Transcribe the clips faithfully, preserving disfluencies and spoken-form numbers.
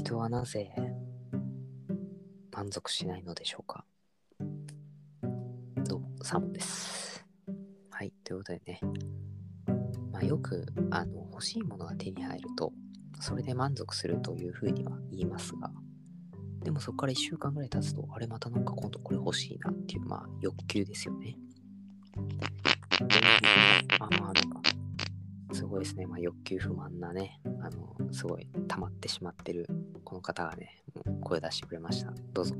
人はなぜ満足しないのでしょうか。どうも、サモです。はい、ということでね、まあ、よくあの欲しいものが手に入ると、それで満足するというふうには言いますが、でもそこからいっしゅうかんぐらい経つと、あれまたなんか今度これ欲しいなっていう、まあ欲求ですよね。ああ、なんか、すごいですね。まあ欲求不満なね、あの、すごい溜まってしまってるこの方がね、もう声出してくれました。どうぞ。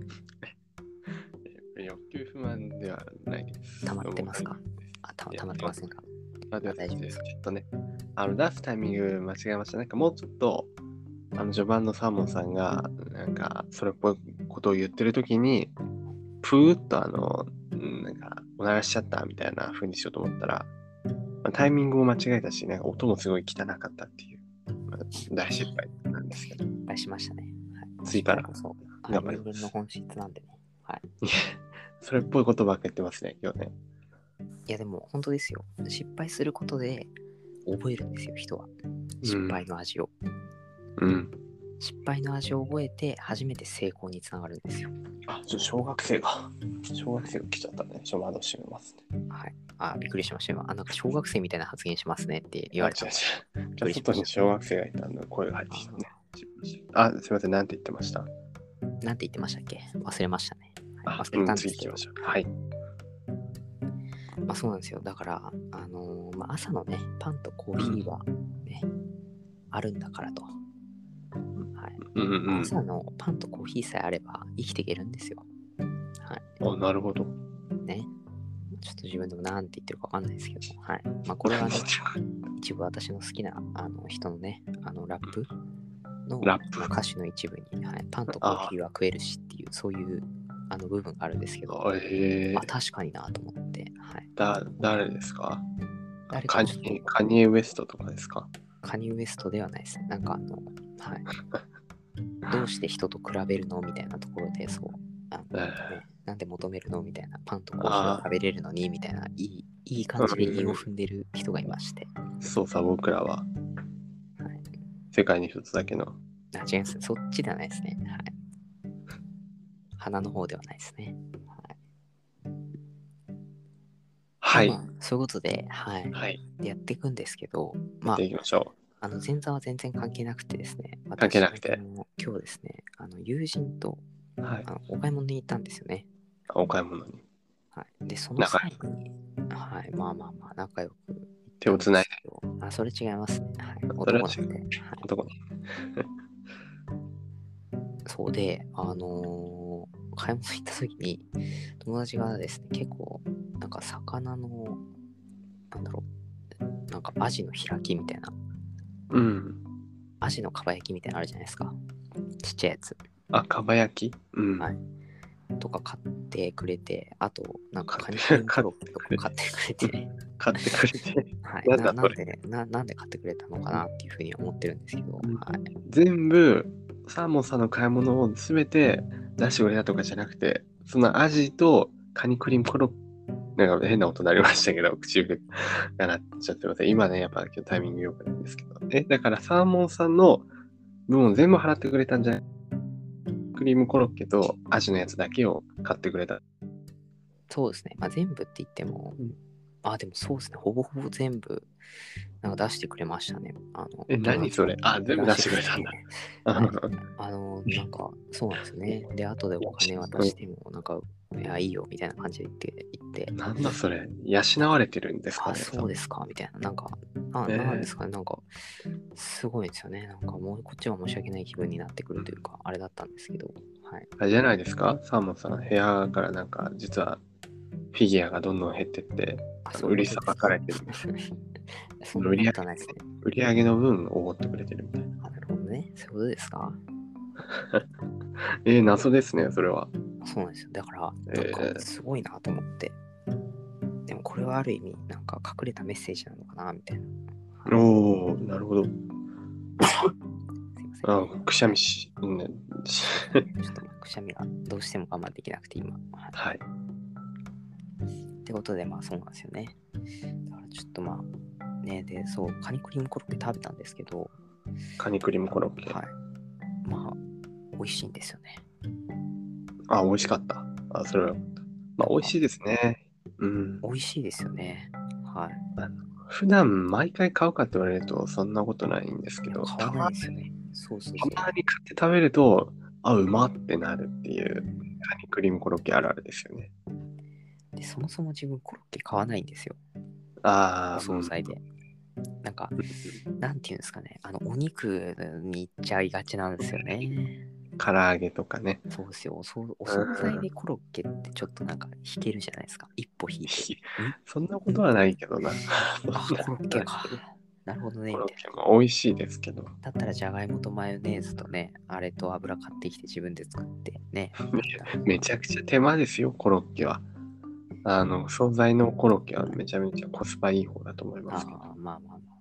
欲求不満ではないです。 溜まってますか？あ、た溜まってませんか？ あ、大大丈夫です。 ちょっとね、あの出すタイミング間違えました。なんかもうちょっと、あの序盤のサーモンさんが、なんかそれっぽいことを言ってるときに、プーッとあの、なんかおならしちゃったみたいな風にしようと思ったら、まあ、タイミングを間違えたし、なんか音もすごい汚かったっていう、まあ、大失敗なんですけど。 失敗しましたね。はい、 次からこそ頑張ります。 人間の本質なんでね。はい。 それっぽいことばっか言ってますね、今日ね。 いやでも本当ですよ。失敗することで覚えるんですよ、人は。失敗の味を。 うん。 失敗の味を覚えて初めて成功につながるんですよ。 あ、ちょ小学生が、小学生が来ちゃったね。ちょっと窓閉めますね。 はい。あ、びっくりしました。今、あ、なんか小学生みたいな発言しますねって言われた。 あ、違う違う。じゃあ外に小学生がいたんで声が入ってきたね。あ、すみません。なんて言ってました？ なんて言ってましたっけ？忘れましたね。はい、 あ、 忘れたんですけど。 うん、次行きましょう。はい。 まあそうなんですよ。だから、あのーまあ、朝のね、パンとコーヒーはね、うん、あるんだからと。はい、 うんうんうん。 朝のパンとコーヒーさえあれば生きていけるんですよ。はい。 あ、なるほど。 ね。ちょっと自分でもなんて言ってるかわかんないですけども、はい。まあこれはね、一部私の好きなあの人のね、あのラップのラップ歌詞の一部に、はい、パンとコーヒーは食えるしっていう、そういうあの部分があるんですけど、 えー、 あ、確かになと思って、はい。 だ、誰ですか？ 誰カニかちょっと、 カニエ・ウエストとかですか？ カニウエストではないですね。なんかあの、はい。どうして人と比べるのみたいなところで、そう、あの、ね、なんで求めるのみたいな、パンとコーヒーは食べれるのにみたいな、いい、いい感じで韻を踏んでる人がいまして。 そうさ、僕らは、はい、世界に一つだけの。 あ、違います。そっちではないですね。はい。花の方ではないですね。はい。まあ、まあ、そういうことで、はい。はい、やっていくんですけど、まあ、やっていきましょう。あの前座は全然関係なくてですね、 関係なくて。 今日ですね、あの友人と、 はい、 あのお買い物に行ったんですよね。 お買い物に。 はい。で、その際に、はい、まあまあまあ、仲良く手をつないで。 あ、それ違いますね。はい。男なんで。はい、 男に。 そうで、あのー、買い物行った時に、友達がですね、結構、なんか魚の、なんだろう、なんかアジの開きみたいな、 うん。 アジのかば焼きみたいなのあるじゃないですか。ちっちゃいやつ。 あ、かば焼き、うん。 はい。とか買ってくれて、あと、なんかカニクリームコロッケとか買ってくれて。 買ってくれて。 はい。な, なんでな、なんで買ってくれたのかなっていうふうに思ってるんですけど、 うん、 はい。 全部、サーモンさんの買い物をすべて出してくれたとかじゃなくて、そのアジとカニクリームコロッケ、なんか変な音になりましたけど、唇がなっちゃってます。今ね、やっぱ今日タイミング良くないんですけど。え、だからサーモンさんの分を全部払ってくれたんじゃない？クリームコロッケとアジのやつだけを買ってくれた。 そうですね。まあ全部って言っても、うん、あ、でもそうですね。ほぼほぼ全部なんか出してくれましたね。あのえ、何それ？あ、全部出してくれたんだ。 はい、あの、なんか、そうなんですよね。で、後でお金渡しても、なんか、いや、いいよ、みたいな感じで言って、言って。 なんだそれ？養われてるんですかね？ あ、そうですか、みたいな。なんか、あ、えー、なんですかね。なんか、すごいですよね。なんか、もうこっちは申し訳ない気分になってくるというか、あれだったんですけど、はい。 あれじゃないですか？サーモンさん、部屋からなんか、実は、フィギュアがどんどん減ってって、あの売りさばかれてる。 そんなことないですね。 売り上げの分おごってくれてるみたいな。 あ、なるほどね。そういうことですか？ えー、謎ですね、それは。 そうなんですよ。だから、なんかすごいなと思って。えー、でもこれはある意味、なんか隠れたメッセージなのかな、みたいな。おー、なるほど。すいません。 あ、くしゃみし、ね、 ちょっとくしゃみがどうしても我慢できなくて今。はい。はい、ってことで、まあそうなんですよね。だからちょっとまあ、ね、で、そう、カニクリームコロッケ食べたんですけど、 カニクリームコロッケ。 はい。ま美味しいんですよね。 あ、美味しかった。あ、それはよかった。まあ、美味しいですね。うん。 美味しいですよね。はい。 あの普段毎回買うかって言われるとそんなことないんですいや、 けど、 買わなたまいですよね。そうそうたそう。 まに買って食べると、あ、うまってなるっていう、 うんカニクリームコロッケあるあるですよね。 で、そもそも自分コロッケ買わないんですよ。おああ、うん。 惣菜で。なんか、なんていうんですかね。あの、お肉に行っちゃいがちなんですよね。 唐揚げとかね。 そうですよ。おそうおう惣菜ん。 でコロッケってちょっとなんか引けるじゃないですか。一歩引いて。んそんなことはないけどな。 あ、 そんなコロッことはないケか。 けど。 なるほどね、 コロッみたいな。 ケも美味しいですけど。 だったらじゃがいもとマヨネーズとね、あれと油買ってきて自分で作ってね。 めちゃくちゃ手間ですよ、コロッケは。あの、惣菜のコロッケはめちゃめちゃコスパいい方だと思いますけど。 ああ、まあまあま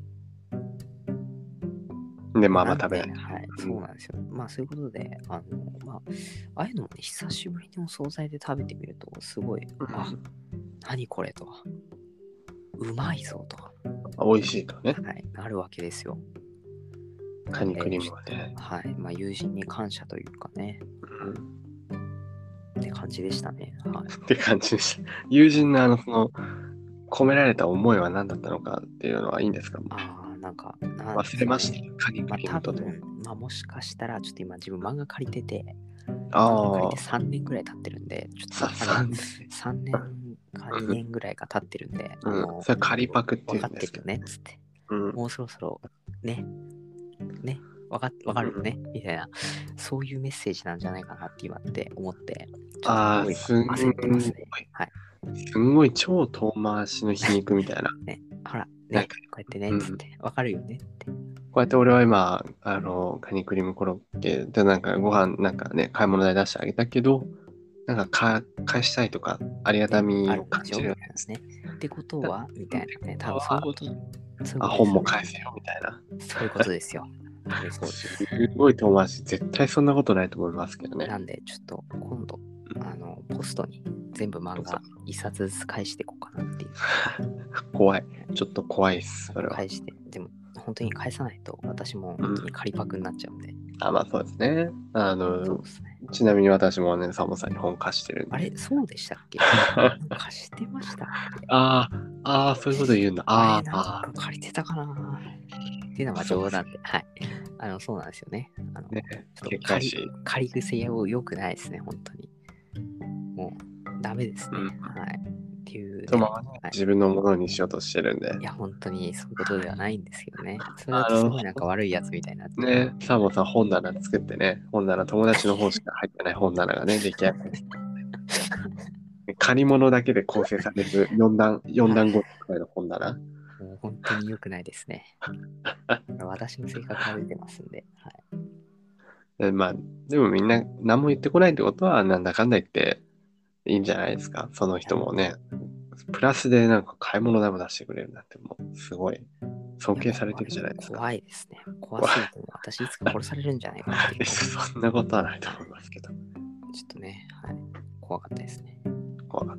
で、 あ。 まあまあなんで、 食べない。 はい、 うん、 そうなんですよ。まあそういうことで、あの、まあ、ああいうのもね、久しぶりにお惣菜で食べてみると、すごい、あ、何これと、うまいぞと、 美味しいとね。 はい、なるわけですよ。なカニクリーんで、ちょっと、 ムはね。 はい、まあ友人に感謝というかね、 うん、 って感じでしたね。はい。 って感じでした。友人のあの、その、込められた思いは何だったのかっていうのはいいんですか？ ああ、なんか、なんで忘れました。 すかね。 カニクまあリームとね。 多分、まあもしかしたら、ちょっと今自分漫画借りてて、漫画借りてああ、 さんねんぐらい経ってるんで、ちょっさ、 と、あの、 さんねん。 さんねんかにねんぐらいが経ってるんで、あうん。 の、 それ仮パクって分いうんですけど。 かってるよねっつって、 うん。 もうそろそろ、ね、ね、わかわかるよねみたいな、そういうメッセージなんじゃないかなって今って思って、ちょっとすああ、 ごいすんご焦ってますね。 い、 はい。 すんごい超遠回しの皮肉みたいな。 ね、ほら、ね、 なんか、 こうやってね、 うん。 つって、わかるよねって。 こうやって俺は今、あの、カニクリームコロッケでなんかご飯なんかね、買い物代出してあげたけど、なんかか返したいとか、ありがたね、あみをるんでしょ感じるよね。 みたいなね。ってことだはみたいなね。多分そういうは、 こと、そういうあ、 ことですよね。 本も返せよみたいな。 そういうことですよ。多分そうですす。 ごい遠回し、絶対そんなことないと思いますけどね。 なんで、ちょっと今度、あの、ポストに全部漫画一冊ずつ返していこうかなっていう。 怖い。ちょっと怖いっす、それは。 返して、でも本当に返さないと私もうん。 本当に仮パクになっちゃうんで。 あ、まあそうですね。あその、 うですね。 ちなみに私もね、サモさんに本貸してるんで。 あれ、そうでしたっけ？貸してましたっけ？ ああ、ああ、そういうこと言うんだ。 あれ、 あなんあ、 か借りてたかなっていうのはそう冗談で。はい。あの、そうなんですよね。あの、 ね、 ちょっと借り、 結果し、 借り癖を良くないですね、本当に。もう、ダメですね。 うん。 はい。っていうね。 そのままね、 はい。 自分のものにしようとしてるんで。 いや、本当にそういうことではないんですけどね。それだあの、 とすごいなんか悪いやつみたいになっちゃう。 ね、サモさん本棚作ってね、本棚、友達の本しか入ってない本棚がね、出来上がる。借り物だけで構成されるよん段、よん段ごくらいの本棚。 もう本当に良くないですね。私の性格が出てますんで。はい。 でまあ、でもみんな何も言ってこないってことは、なんだかんだ言っていいんじゃないですか。そのいや、 人もね、プラスでなんか買い物代も出してくれるんだって、もうすごい尊いや敬されてるじゃないですか。 怖いですね。怖すぎて、私いつか殺されるんじゃないかっていう。 そんなことはないと思いますけど。 ちょっとね、はい。怖かったですね。 怖かった。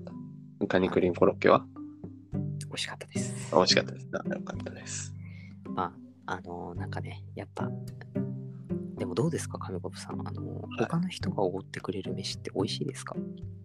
カニクリームコロッケは美味しかったです。 美味しかったです。あよかったです。 まあ、あのーなんかね、やっぱ、でもどうですか、紙コップさん。あのー他の人がおごってくれる飯って美味しいですか？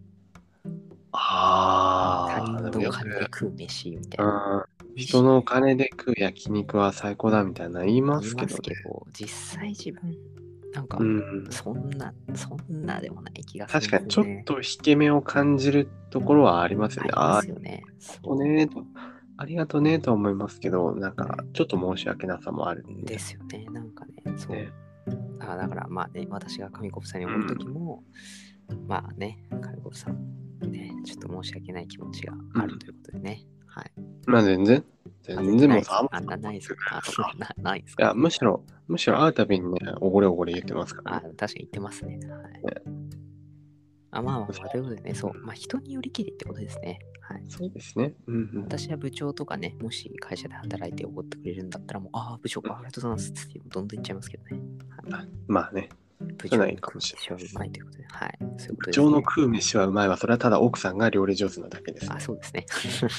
他ああ、 人でもよく、 の金で食う飯みたいな。 うん、 美味しい人のお金で食う焼肉は最高だみたいな言いま言いますけどね。 すけど、実際自分、なんか、 うん。 そんな、そんなでもない気がするん確かにちょっですよね。 と引け目を感じるところはありますよね。 ありまああ、 すよね。 とそねと、ありがとうねとは思いますけど、なんかちょっと申し訳なさもあるう。 みたいですよね。なんかね、そなね。 う。だから、だからまあね、私が紙コップさんにおごるときも、まあね、紙コップさん、ね、ちょっと申し訳ない気持ちがあるということでね。はい。 まあ全然、 あ、 全然もうないです。 さ、 あ、な、ないですか。あ、な、ないですいや、 か。 むしろ、むしろ会うたびにね、おごれおごれ言ってますからあ、 ね。 確かに言ってますね。はい。 ねあ、まあまあまあ、ということでね、そう。まあ人によりきりってことですね。はい。 そうですね。うんうん。 私は部長とかね、もし会社で働いておごってくれるんだったら、もう、ああ、部長、あありがとうございますってどんどん言っちゃいますけどね。 あまあね、 部長のそれはいいかもしれない飯はうまいということで、はい。そういうこと部ですね。 長の食う飯はうまいわ。それはただ奥さんが料理上手なだけですあ、 ね。 そうですね。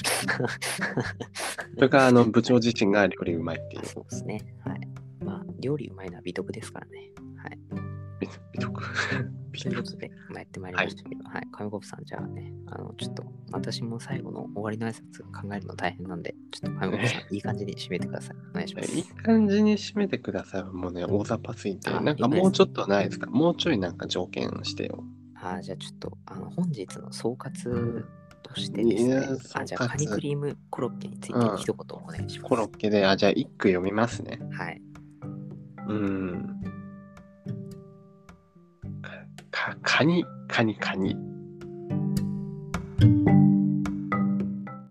それからあの部長自身が料理うまいっていう。 そうですね。はい。まあ、料理うまいのは美徳ですからね。はい。 美美徳。美徳。 ということで、まあ、やってまいりましたけど、はい。上国さん、じゃあね、あの、ちょっと、私も最後の終わりの挨拶考えるの大変なんで、ちょっと上国さん、いい感じに締めてください。お願いしまいいす。 感じに締めてください。もうね、大雑把すぎて。 あ、 なんか了解です。 もうちょっとないですか？もうちょいなんか条件してよ。 あ、じゃあちょっと、あの、本日の総括としていですね、 や、総あ、じゃあカニク括。 リームコロッケについうん。 て一言お願いしまコロす。 ッケで、あ、じゃあ一句読みますね。 はい。 うーん。か、か、カニ、カニ、カニ。